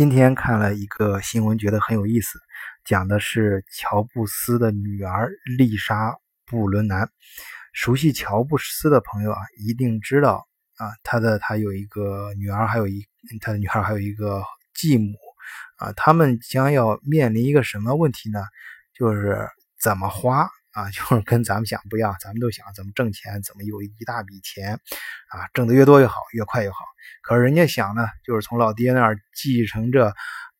今天看了一个新闻，觉得很有意思，讲的是乔布斯的女儿丽莎·布伦南。熟悉乔布斯的朋友一定知道他有一个女儿，他的女儿还有一个继母他们将要面临一个什么问题呢？就是怎么花就是跟咱们想不一样，咱们都想怎么挣钱，怎么有一大笔钱挣得越多越好，越快越好。可是人家想呢，就是从老爹那儿继承着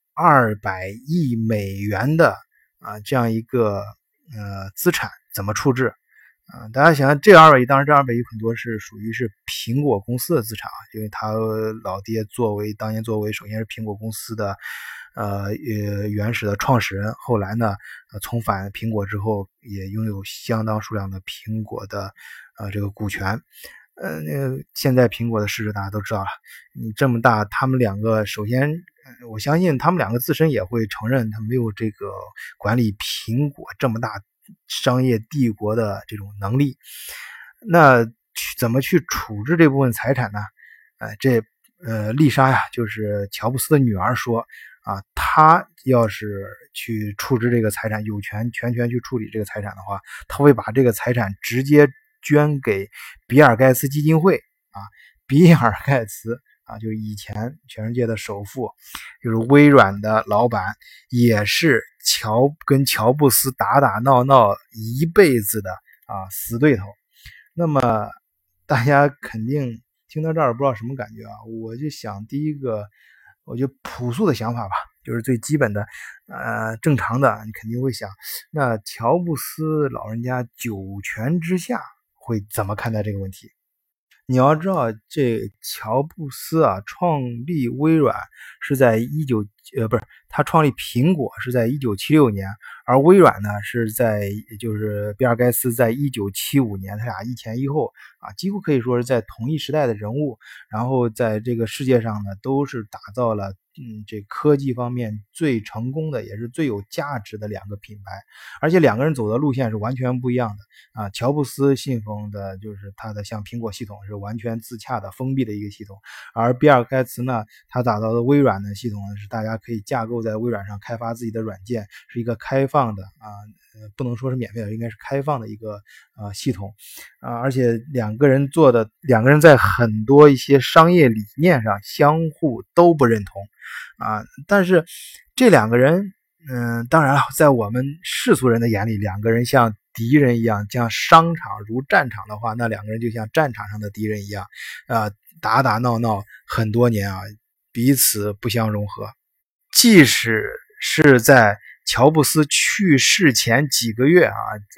200亿美元的这样一个资产，怎么处置？大家想这200亿，当然这200亿很多是属于是苹果公司的资产因为他老爹当年作为首先是苹果公司的原始的创始人，后来呢重返苹果之后也拥有相当数量的苹果的这个股权。现在苹果的市值大家都知道了，你这么大，他们两个首先我相信他们两个自身也会承认他没有这个管理苹果这么大商业帝国的这种能力。那怎么去处置这部分财产呢？丽莎就是乔布斯的女儿说她要是去处置这个财产，全权去处理这个财产的话，她会把这个财产直接捐给比尔盖茨基金会比尔盖茨就是以前全世界的首富，就是微软的老板，也是跟乔布斯打闹一辈子的死对头。那么大家肯定听到这儿不知道什么感觉我就想第一个，我就朴素的想法吧，就是最基本的正常的，你肯定会想，那乔布斯老人家九泉之下会怎么看待这个问题？你要知道，这乔布斯创立微软是在他创立苹果是在1976年，而微软呢就是比尔盖茨在1975年，他俩一前一后几乎可以说是在同一时代的人物，然后在这个世界上呢都是打造了这科技方面最成功的也是最有价值的2个品牌，而且2个人走的路线是完全不一样的乔布斯信奉的就是他的像苹果系统是完全自洽的封闭的一个系统，而比尔盖茨呢他打造的微软的系统是大家可以架构在微软上开发自己的软件，是一个开放的不能说是免费的，应该是开放的一个系统而且两个人在很多一些商业理念上相互都不认同但是这2个人当然在我们世俗人的眼里，2个人像敌人一样，像商场如战场的话，那2个人就像战场上的敌人一样打闹很多年彼此不相融合。即使是在乔布斯去世前几个月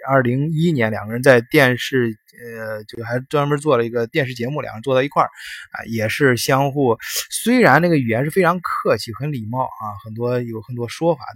2011年2个人在电视就还专门做了一个电视节目，2人坐在一块也是相互，虽然那个语言是非常客气很礼貌有很多说法，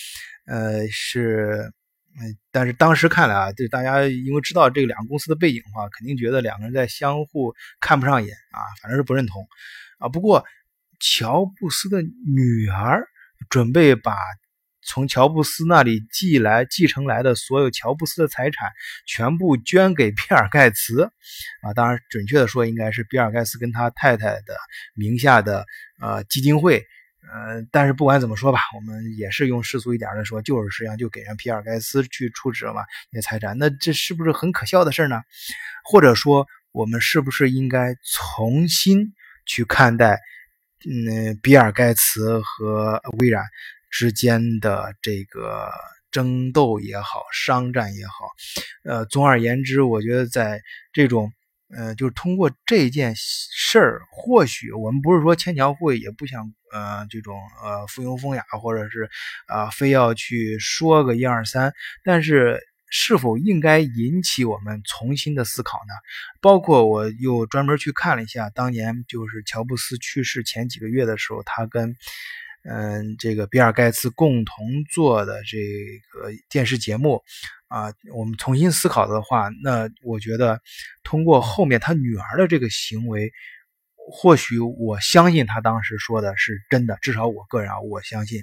但是当时看来对大家因为知道这个2个公司的背景的话，肯定觉得2个人在相互看不上眼反正是不认同不过乔布斯的女儿准备把从乔布斯那里继承来的所有乔布斯的财产全部捐给比尔盖茨当然准确的说应该是比尔盖茨跟他太太的名下的基金会但是不管怎么说吧，我们也是用世俗一点的说，就是实际上就给人比尔盖茨去处置了嘛那些财产，那这是不是很可笑的事呢？或者说我们是不是应该重新去看待比尔盖茨和微软之间的这个争斗也好，商战也好总而言之，我觉得在这种就是通过这件事儿，或许我们不是说牵强附会，也不想这种附庸风雅，或者是非要去说个1、2、3，但是是否应该引起我们重新的思考呢？包括我又专门去看了一下，当年就是乔布斯去世前几个月的时候，他跟这个比尔盖茨共同做的这个电视节目我们重新思考的话，那我觉得通过后面他女儿的这个行为，或许我相信他当时说的是真的，至少我个人我相信，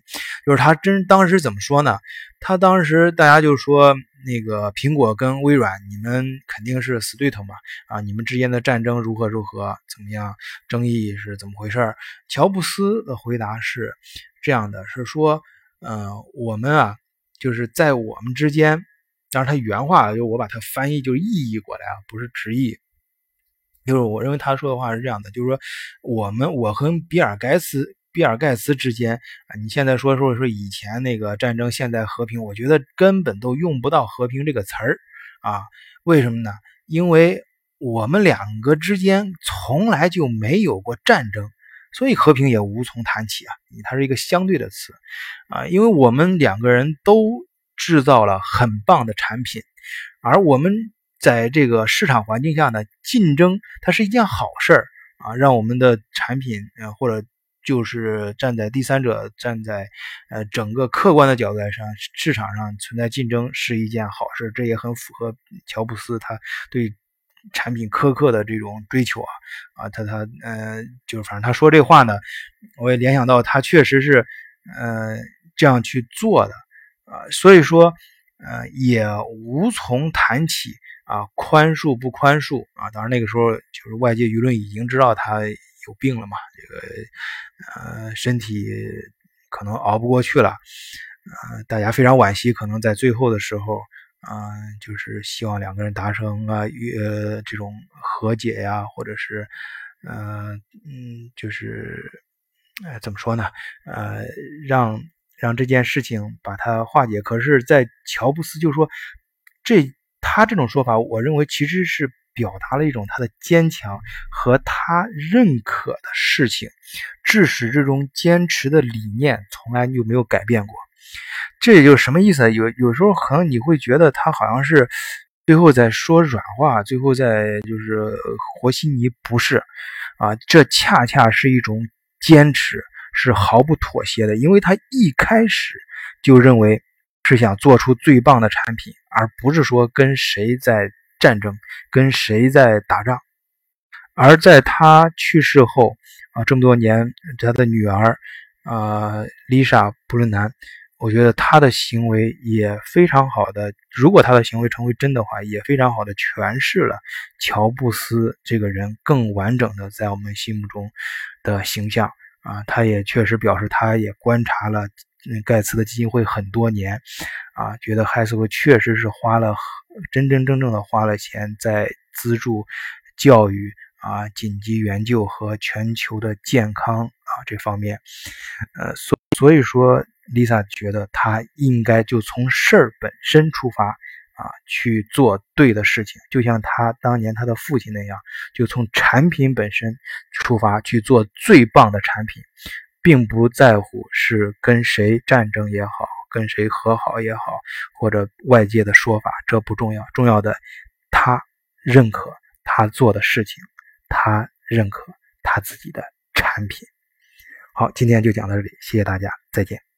就是他当时怎么说呢？他当时大家就说那个苹果跟微软，你们肯定是死对头嘛，你们之间的战争如何怎么样，争议是怎么回事？乔布斯的回答是这样的，是说我们就是在我们之间，当然他原话就我把它翻译就意译过来不是直译。就是我认为他说的话是这样的，就是说我和比尔盖茨之间你现在说以前那个战争，现在和平，我觉得根本都用不到和平这个词儿为什么呢？因为我们两个之间从来就没有过战争，所以和平也无从谈起它是一个相对的词因为我们两个人都制造了很棒的产品，而我们在这个市场环境下呢，竞争它是一件好事儿让我们的产品或者就是站在第三者，站在整个客观的角度上，市场上存在竞争是一件好事，这也很符合乔布斯他对产品苛刻的这种追求就是反正他说这话呢，我也联想到他确实是这样去做的所以说也无从谈起宽恕不宽恕当然那个时候就是外界舆论已经知道他有病了嘛，这个身体可能熬不过去了大家非常惋惜，可能在最后的时候就是希望两个人达成这种和解呀，或者是就是怎么说呢让这件事情把它化解。可是在乔布斯就说他这种说法，我认为其实是表达了一种他的坚强和他认可的事情，至始至终坚持的理念从来就没有改变过。这也就是什么意思？有时候可能你会觉得他好像是最后在说软话，最后在就是和稀泥，不是这恰恰是一种坚持，是毫不妥协的，因为他一开始就认为是想做出最棒的产品，而不是说跟谁在战争，跟谁在打仗。而在他去世后这么多年，他的女儿丽莎·布伦南，我觉得他的行为也非常好的，如果他的行为成为真的话，也非常好的诠释了乔布斯这个人更完整的在我们心目中的形象他也确实表示他也观察了盖茨的基金会很多年觉得海瑟薇确实是真真正正的花了钱在资助教育紧急援救和全球的健康这方面所以说 Lisa 觉得她应该就从事儿本身出发去做对的事情，就像他当年他的父亲那样，就从产品本身出发去做最棒的产品，并不在乎是跟谁战争也好，跟谁和好也好，或者外界的说法，这不重要，重要的他认可他做的事情，他认可他自己的产品。好，今天就讲到这里，谢谢大家，再见。